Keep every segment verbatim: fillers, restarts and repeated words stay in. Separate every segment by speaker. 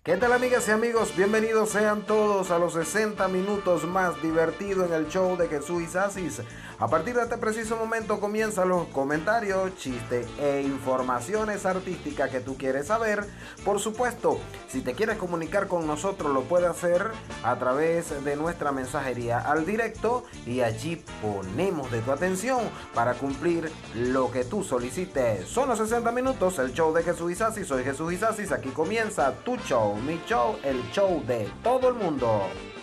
Speaker 1: ¿Qué tal, amigas y amigos? Bienvenidos sean todos a los sesenta minutos más divertidos en el show de Jesús Isasis. A partir de este preciso momento comienzan los comentarios, chistes e informaciones artísticas que tú quieres saber. Por supuesto, si te quieres comunicar con nosotros lo puedes hacer a través de nuestra mensajería al directo y allí ponemos de tu atención para cumplir lo que tú solicites. Son los sesenta minutos, el show de Jesús Isasis. Soy Jesús Isasis, aquí comienza tu show. Mi show, el show de todo el mundo.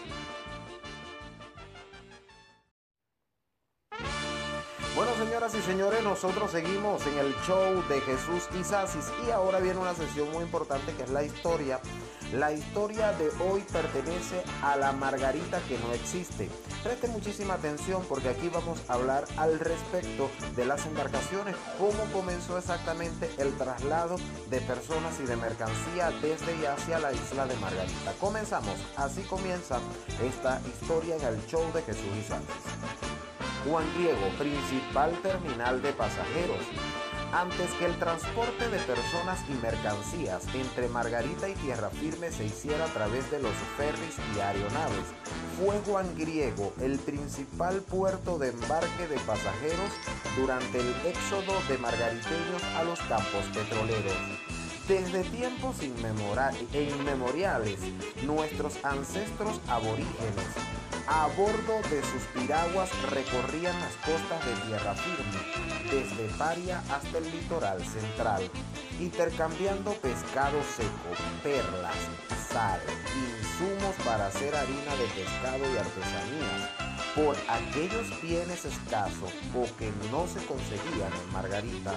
Speaker 1: Bueno, señoras y señores, nosotros seguimos en el show de Jesús Isasis y ahora viene una sesión muy importante que es la historia. La historia de hoy pertenece a la Margarita que no existe. Preste muchísima atención porque aquí vamos a hablar al respecto de las embarcaciones, cómo comenzó exactamente el traslado de personas y de mercancía desde y hacia la isla de Margarita. Comenzamos, así comienza esta historia en el show de Jesús Isasis. Juan Griego, principal terminal de pasajeros. Antes que el transporte de personas y mercancías entre Margarita y Tierra Firme se hiciera a través de los ferries y aeronaves, fue Juan Griego el principal puerto de embarque de pasajeros durante el éxodo de margariteños a los campos petroleros. Desde tiempos inmemoriales, nuestros ancestros aborígenes, a bordo de sus piraguas, recorrían las costas de Tierra Firme, desde Paria hasta el litoral central, intercambiando pescado seco, perlas, sal, insumos para hacer harina de pescado y artesanías, por aquellos bienes escasos o que no se conseguían en Margarita: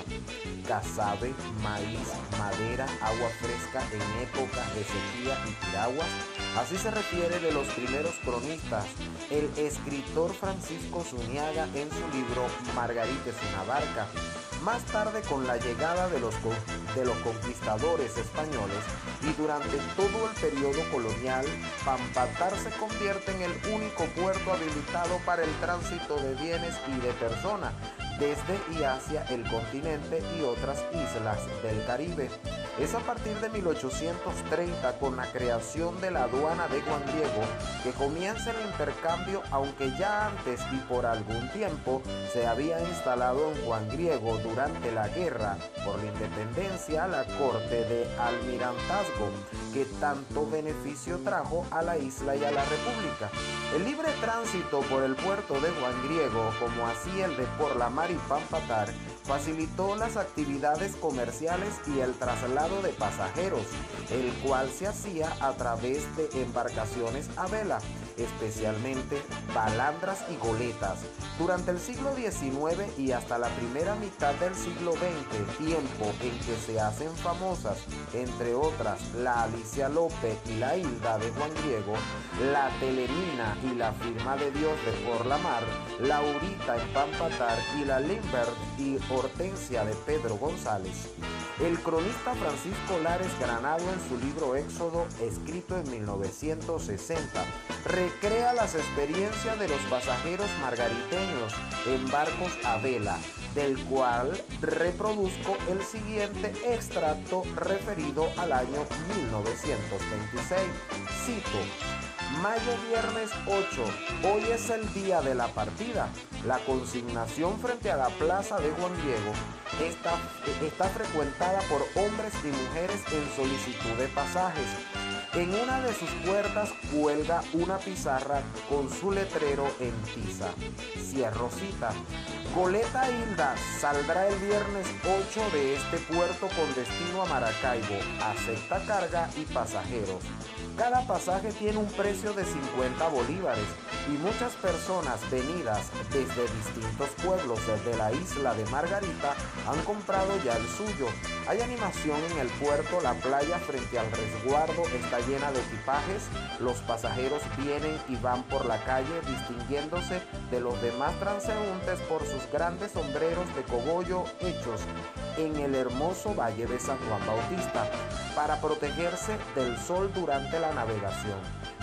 Speaker 1: casabe, maíz, madera, agua fresca en épocas de sequía y piraguas. Así se refiere de los primeros cronistas el escritor Francisco Zuñiaga en su libro Margarita es una barca. Más tarde, con la llegada de los, de los conquistadores españoles y durante todo el periodo colonial, Pampatar se convierte en el único puerto habilitado para el tránsito de bienes y de personas desde y hacia el continente y otras islas del Caribe. Es a partir de mil ochocientos treinta, con la creación de la aduana de Juan Griego, que comienza el intercambio, aunque ya antes y por algún tiempo se había instalado en Juan Griego durante la guerra por la independencia la corte de almirantazgo, que tanto beneficio trajo a la isla y a la república. El libre tránsito por el puerto de Juan Griego, como así el de por la mar y Pampatar, facilitó las actividades comerciales y el traslado de pasajeros, el cual se hacía a través de embarcaciones a vela, especialmente balandras y goletas. Durante el siglo diecinueve y hasta la primera mitad del siglo veinte, tiempo en que se hacen famosas, entre otras, la Alicia López y la Hilda de Juan Griego, la Telenina y la Firma de Dios de Por la Mar, la Aurita en Pampatar y la Limbert y Hortensia de Pedro González. El cronista Francisco Lares Granado, en su libro Éxodo, escrito en mil novecientos sesenta, recrea las experiencias de los pasajeros margariteños en barcos a vela, del cual reproduzco el siguiente extracto referido al año mil novecientos veintiséis. Cito: mayo, viernes ocho, hoy es el día de la partida. La consignación frente a la plaza de Juan Griego está, está frecuentada por hombres y mujeres en solicitud de pasajes. En una de sus puertas cuelga una pizarra con su letrero en tiza. Cierro cita. Goleta Hilda saldrá el viernes ocho de este puerto con destino a Maracaibo. Acepta carga y pasajeros. Cada pasaje tiene un precio de cincuenta bolívares y muchas personas venidas desde distintos pueblos de la isla de Margarita han comprado ya el suyo. Hay animación en el puerto, la playa frente al resguardo está llena de equipajes, los pasajeros vienen y van por la calle distinguiéndose de los demás transeúntes por sus grandes sombreros de cogollo hechos en el hermoso valle de San Juan Bautista para protegerse del sol durante la navegación.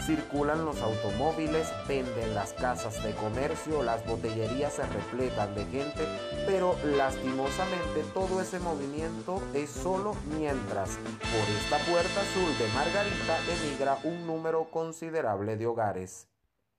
Speaker 1: circulan los automóviles, venden las casas de comercio, las botellerías se repletan de gente, pero lastimosamente todo ese movimiento es solo mientras por esta puerta azul de Margarita emigra un número considerable de hogares.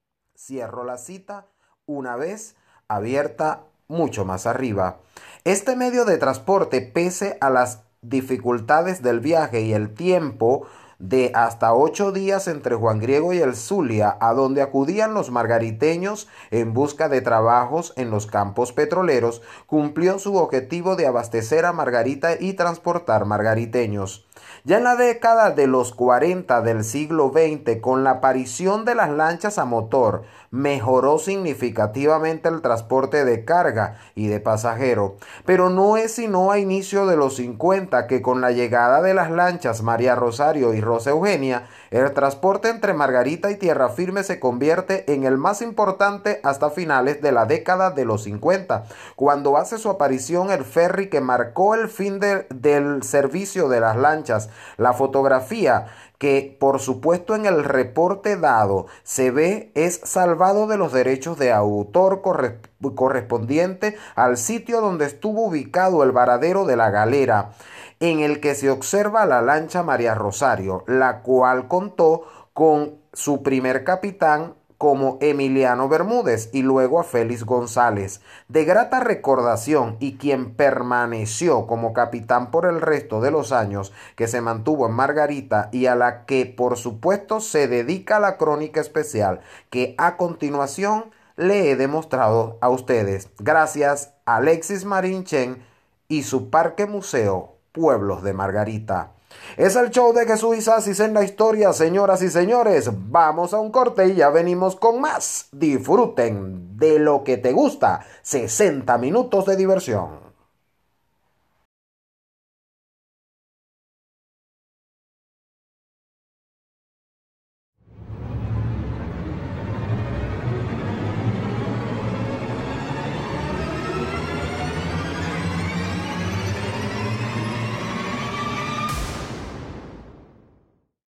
Speaker 1: Cierro la cita una vez abierta mucho más arriba. Este medio de transporte, pese a las dificultades del viaje y el tiempo de hasta ocho días entre Juan Griego y el Zulia, a donde acudían los margariteños en busca de trabajos en los campos petroleros, cumplió su objetivo de abastecer a Margarita y transportar margariteños. Ya en la década de los cuarenta del siglo veinte, con la aparición de las lanchas a motor, mejoró significativamente el transporte de carga y de pasajero. Pero no es sino a inicio de los cincuenta que con la llegada de las lanchas María Rosario y Rosa Eugenia, el transporte entre Margarita y Tierra Firme se convierte en el más importante hasta finales de la década de los cincuenta, cuando hace su aparición el ferry que marcó el fin de, del servicio de las lanchas. La fotografía que por supuesto en el reporte dado se ve es salvado de los derechos de autor corre correspondiente al sitio donde estuvo ubicado el varadero de la galera, en el que se observa la lancha María Rosario, la cual contó con su primer capitán como Emiliano Bermúdez y luego a Félix González, de grata recordación, y quien permaneció como capitán por el resto de los años que se mantuvo en Margarita, y a la que por supuesto se dedica la crónica especial que a continuación le he demostrado a ustedes, gracias a Alexis Marín Chen y su Parque Museo Pueblos de Margarita. Es el show de Jesús Izasis en la historia, señoras y señores. Vamos a un corte y ya venimos con más. Disfruten de lo que te gusta. sesenta minutos de diversión.